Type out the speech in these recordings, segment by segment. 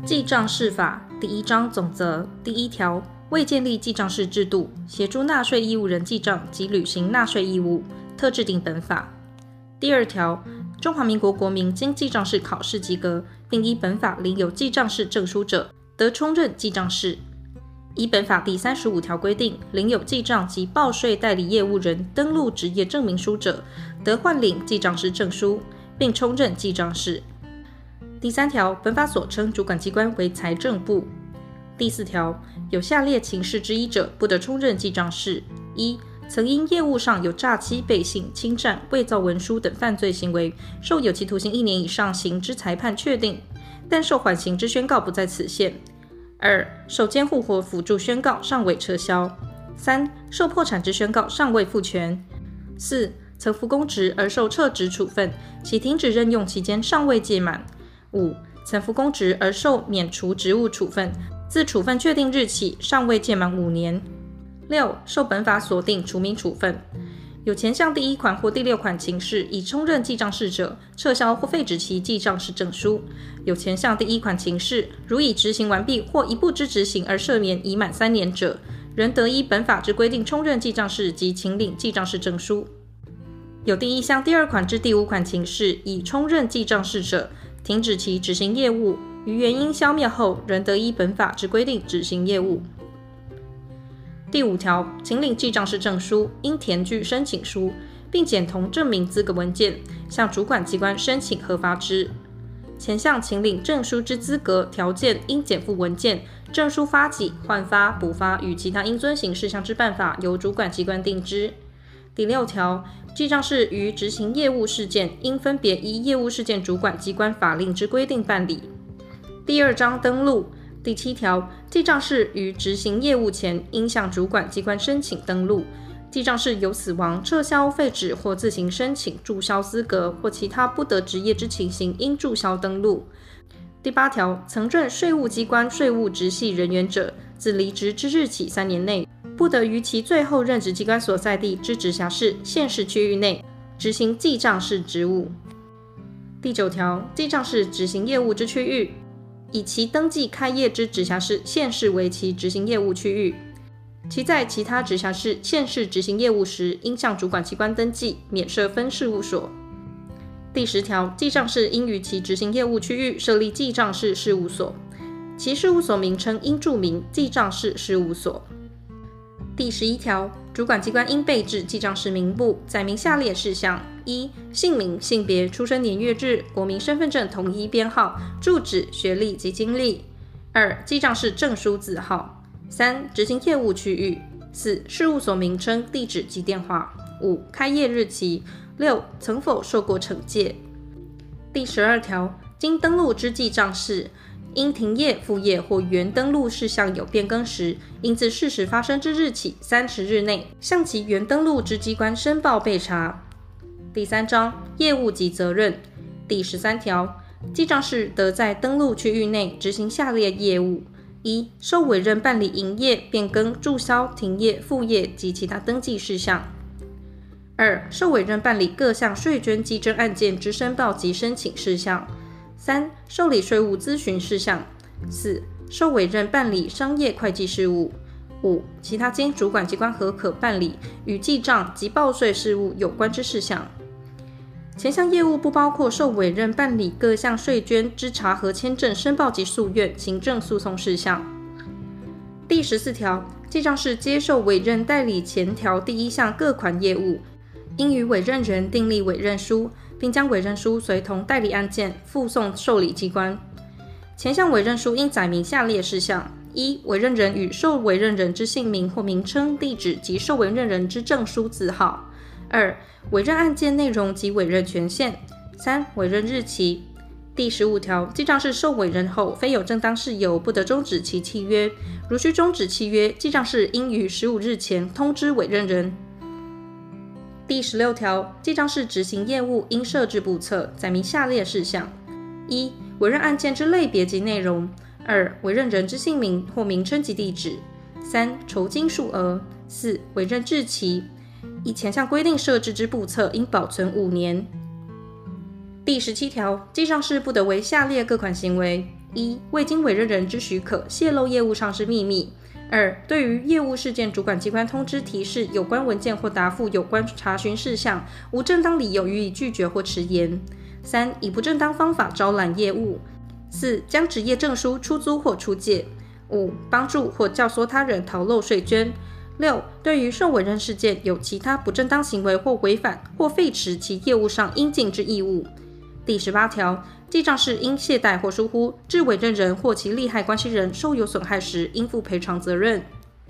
记账事法第1章总则第1条，为建立记账式制度，协助纳税义务人记账及履行纳税义务，特制定本法。第2条，中华民国国民经记账式考试及格，并依本法领有记账式证书者，得充任记账士。依本法第35条规定，领有记账及报税代理业务人登录职业证明书者，得换领记账师证书，并充任记账士。第3条，本法所称主管机关为财政部。第4条，有下列情事之一者，不得充任记账士：一、曾因业务上有诈欺、背信、侵占、伪造文书等犯罪行为，受有期徒刑1年以上刑之裁判确定，但受缓刑之宣告不在此限； 2. 受监护或辅助宣告尚未撤销； 3. 受破产之宣告尚未复权； 4. 曾服公职而受撤职处分，其停止任用期间尚未届满； 5. 曾服公职而受免除职务处分，自处分确定日起尚未届满5年； 6. 受本法所定除名处分。有前项第1款或第6款情事已充任记账士者，撤销或废止其记账士证书。有前项第1款情事，如已执行完毕或一部之执行而赦免已满3年者，仍得依本法之规定充任记账士及请领记账士证书。有第1项第2款至第5款情事已充任记账士者，停止其执行业务，于原因消灭后，仍得依本法之规定执行业务。第5条，请领记账士证书，应填具申请书，并检同证明资格文件，向主管机关申请核发之。前项请领证书之资格条件，应检附文件，证书发给、换发、补发与其他应遵行事项之办法，由主管机关定之。第6条，记账士于执行业务事件，应分别依业务事件主管机关法令之规定办理。第2章登录第7条，记账士于执行业务前，应向主管机关申请登录。记账士有死亡、撤销、废止或自行申请注销资格或其他不得执业之情形，应注销登录。第8条，曾任税务机关税务直系人员者，自离职之日起3年内，不得于其最后任职机关所在地之直辖市、县市区域内执行记账士职务。第9条，记账士执行业务之区域，以其登记开业之直辖市、县市为其执行业务区域。其在其他直辖市、县市执行业务时，应向主管机关登记，免设分事务所。第10条，记账士应于其执行业务区域设立记账士事务所，其事务所名称应注明记账士事务所。第11条，主管机关应备置记账士名簿，载明下列事项： 1. 姓名、性别、出生年月日、国民身份证统一编号、住址、学历及经历； 2. 记账士证书字号； 3. 执行业务区域； 4. 事务所名称、地址及电话； 5. 开业日期； 6. 曾否受过惩戒。第12条，经登录之记账士，因停业、复业或原登录事项有变更时，应自事实发生之日起30日内，向其原登录之机关申报备查。第3章，业务及责任。第13条，记账士得在登录区域内执行下列业务： 1. 受委任办理营业、变更、注销、停业、复业及其他登记事项； 2. 受委任办理各项税捐稽征案件之申报及申请事项； 3. 受理税务咨询事项； 4. 受委任办理商业会计事务； 5. 其他经主管机关核可办理与记账及报税事务有关之事项。前项业务不包括受委任办理各项税捐之查核、签证、申报及诉愿、行政诉讼事项。第14条，记账士接受委任代理前条第1项各款业务，应与委任人订立委任书，并将委任书随同代理案件附送受理机关。前项委任书应载明下列事项： 1. 委任人与受委任人之姓名或名称、地址及受委任人之证书字号； 2. 委任案件内容及委任权限； 3. 委任日期。第15条，记账士受委任后，非有正当事由，不得终止其契约。如需终止契约，记账士应于15日前通知委任人。第16条，记账士执行业务应设置簿册，载明下列事项： 1. 委任案件之类别及内容； 2. 委任人之姓名或名称及地址； 3. 酬金数额； 4. 委任日期。以前项规定设置之簿册，应保存5年。第17条，记账士不得为下列各款行为： 一、未经委任人之许可泄露业务上之秘密；二、对于业务事件主管机关通知提示有关文件或答复有关查询事项，无正当理由予以拒绝或迟延；三、以不正当方法招揽业务；四、将职业证书出租或出借；五、帮助或教唆他人逃漏税捐；六、对于受委任事件有其他不正当行为或违反或废弛其业务上应尽之义务。第18条，记账事因懈怠或疏忽，致委任人或其利害关系人受有损害时，应负赔偿责任。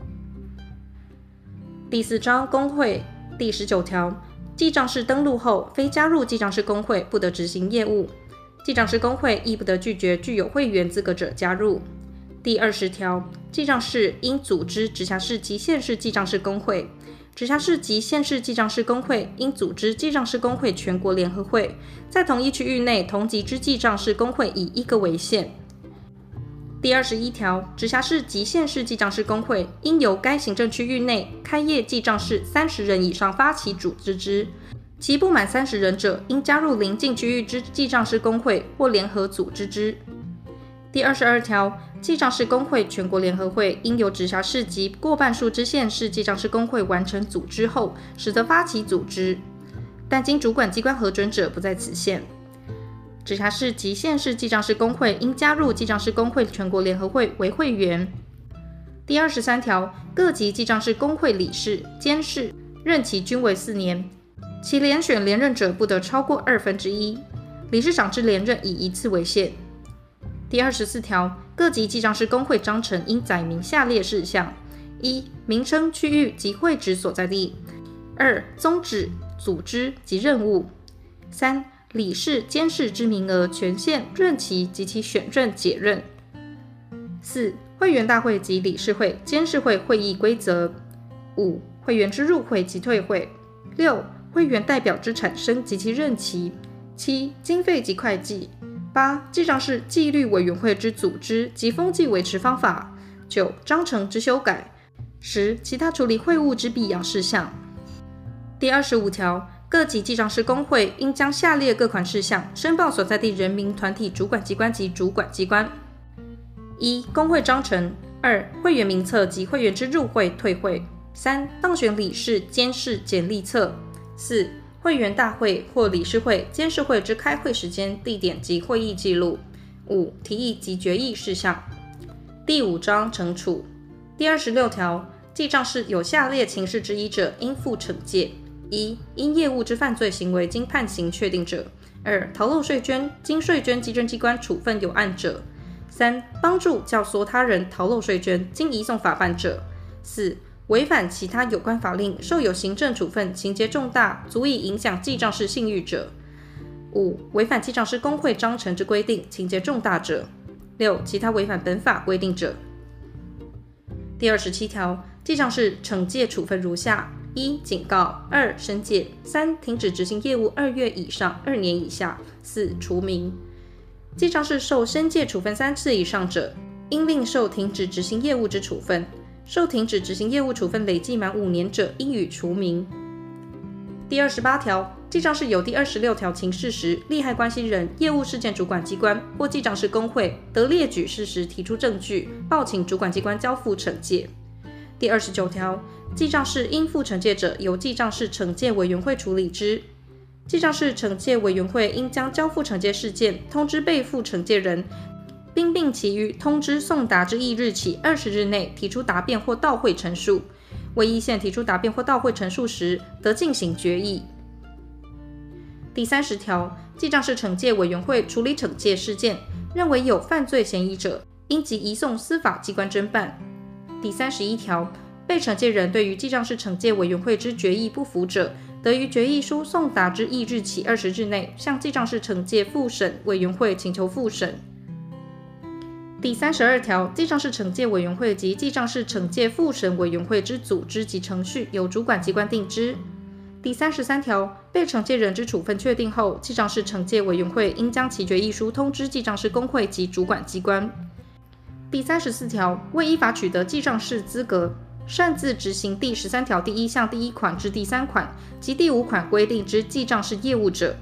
第4章工会第19条，记账事登录后，非加入记账事工会，不得执行业务。记账事工会亦不得拒绝具有会员资格者加入。第20条，记账事应组织直辖市及县市记账事工会。直辖市及县市记账事工会应组织记账事工会全国联合会，在同一区域内同级之记账事工会以1个为限。第21条，直辖市及县市记账事工会应由该行政区域内开业记账事30人以上发起组织之，其不满30人者，应加入邻近区域之记账事工会或联合组织之。第22条，记账事工会全国联合会应由直辖市及过半数之县市记账事工会完成组织后，使得发起组织，但经主管机关核准者不在此限。直辖市及县市记账事工会应加入记账事工会全国联合会为会员。第23条，各级记账事工会理事、监事任期均为4年，其连选连任者不得超过1/2，理事长之连任以1次为限。第24条，各级记账事工会章程应载明下列事项：一、名称、区域及会址所在地；二、宗旨、组织及任务；三、理事、监事之名额、权限、任期及其选任、解任；四、会员大会及理事会、监事会会议规则；五、会员之入会及退会；六、会员代表之产生及其任期；七、经费及会计；八、记账事纪律委员会之组织及风纪维持方法；九、章程之修改；十、其他处理会务之必要事项。第25条，各级记账事工会应将下列各款事项申报所在地人民团体主管机关及主管机关：一、工会章程；二、会员名册及会员之入会、退会；三、当选理事、监事简历册；四、会员大会或理事会、监事会之开会时间、地点及会议记录；五、提议及决议事项。第5章惩处。第26条，记账事有下列情事之一者，应负惩戒：一、因业务之犯罪行为经判刑确定者；二、逃漏税捐，经税捐稽征机关处分有案者；三、帮助教唆他人逃漏税捐，经移送法办者；四、违反其他有关法令，受有行政处分，情节重大，足以影响记账事信誉者；五、违反记账事工会章程之规定，情节重大者；六、其他违反本法规定者。第27条，记账事惩戒处分如下：一、警告；二、申诫；三、停止执行业务2月以上2年以下；四、除名。记账事受申诫处分3次以上者，应另受停止执行业务之处分；受停止执行业务处分累计满5年者，应予除名。第28条，记账事有第26条情事时，利害关系人、业务事件主管机关或记账事工会得列举事实，提出证据，报请主管机关交付惩戒。第29条，记账事应负惩戒者，由记账事惩戒委员会处理之。记账事惩戒委员会应将交付惩戒事件通知被负惩戒人，并命其于通知送达之翌日起20日内提出答辩或到会陈述。未依限提出答辩或到会陈述时，得进行决议。第30条，记账事惩戒委员会处理惩戒事件，认为有犯罪嫌疑者，应即移送司法机关侦办。第31条，被惩戒人对于记账事惩戒委员会之决议不服者，得于决议书送达之翌日起20日内，向记账事惩戒复审委员会请求复审。第32条，记账事惩戒委员会及记账事惩戒复审委员会之组织及程序，由主管机关定之。第33条，被惩戒人之处分确定后，记账事惩戒委员会应将其决议书通知记账事工会及主管机关。第34条，未依法取得记账事资格，擅自执行第13条第1项第1款至第3款及第5款规定之记账事业务者，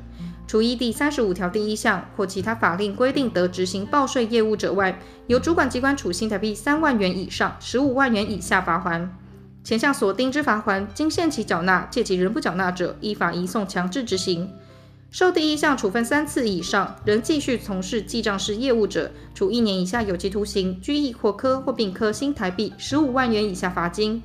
除依第35条第1项或其他法令规定得执行报税业务者外，由主管机关处新台币3万元以上15万元以下罚锾。前项所定之罚锾，经限期缴纳，届期仍不缴纳者，依法移送强制执行。受第1项处分3次以上，仍继续从事记账式业务者，处1年以下有期徒刑、拘役或科或并科新台币15万元以下罚金。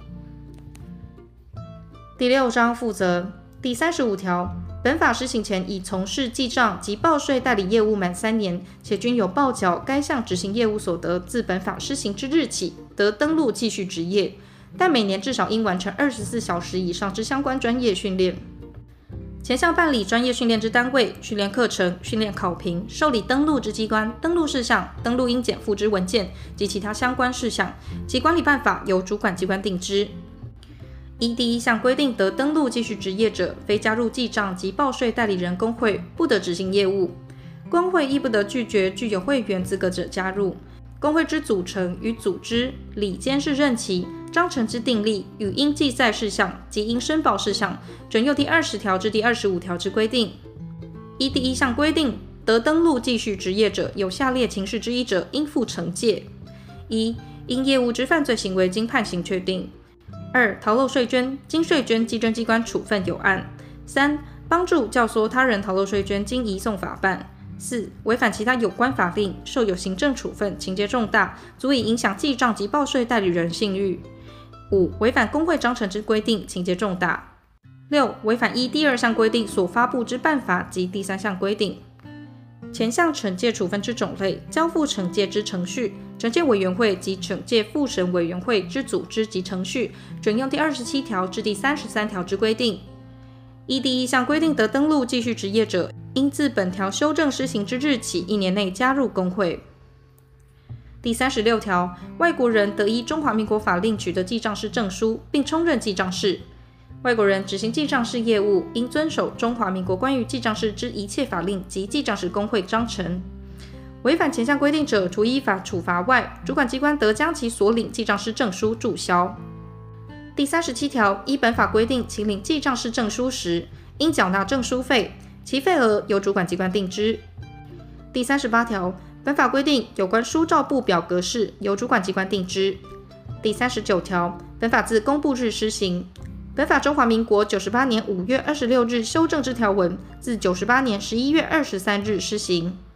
第6章负责第35条，本法施行前已从事记账及报税代理业务满3年，且均有报缴该项执行业务所得，自本法施行之日起，得登录继续执业，但每年至少应完成24小时以上之相关专业训练。前项办理专业训练之单位、训练课程、训练考评、受理登录之机关、登录事项、登录应减负之文件及其他相关事项，及管理办法由主管机关定之。依第1项规定得登录继续执业者，非加入记账及报税代理人工会，不得执行业务。工会亦不得拒绝具有会员资格者加入。工会之组成与组织、理监事任期、章程之订立与应记载事项及应申报事项，准用第20条至第25条之规定。依第1项规定得登录继续执业者，有下列情事之一者，应负惩戒： 1. 因业务之犯罪行为经判刑确定； 2. 逃漏税捐，经税捐稽征机关处分有案； 3. 帮助教唆他人逃漏税捐，经移送法办； 4. 违反其他有关法令，受有行政处分，情节重大，足以影响记账及报税代理人信誉； 5. 违反工会章程之规定，情节重大； 6. 违反依第2项规定所发布之办法及第3项规定。前项惩戒处分之种类、交付惩戒之程序、惩戒委员会及惩戒复审委员会之组织及程序，准用第27条至第33条之规定。依第1项规定得登录继续执业者，应自本条修正施行之日起1年内加入工会。第36条，外国人得依中华民国法令取得记账师证书，并充任记账师。外国人执行记账师业务，应遵守中华民国关于记账师之一切法令及记账师工会章程。违反前项规定者，除依法处罚外，主管机关得将其所领记账师证书注销。第37条，依本法规定，其领记账师证书时，应缴纳证书费，其费额由主管机关定之。第38条，本法规定有关书照簿表格式，由主管机关定之。第39条，本法自公布日施行。本法中华民国98年5月26日修正之条文，自98年11月23日施行。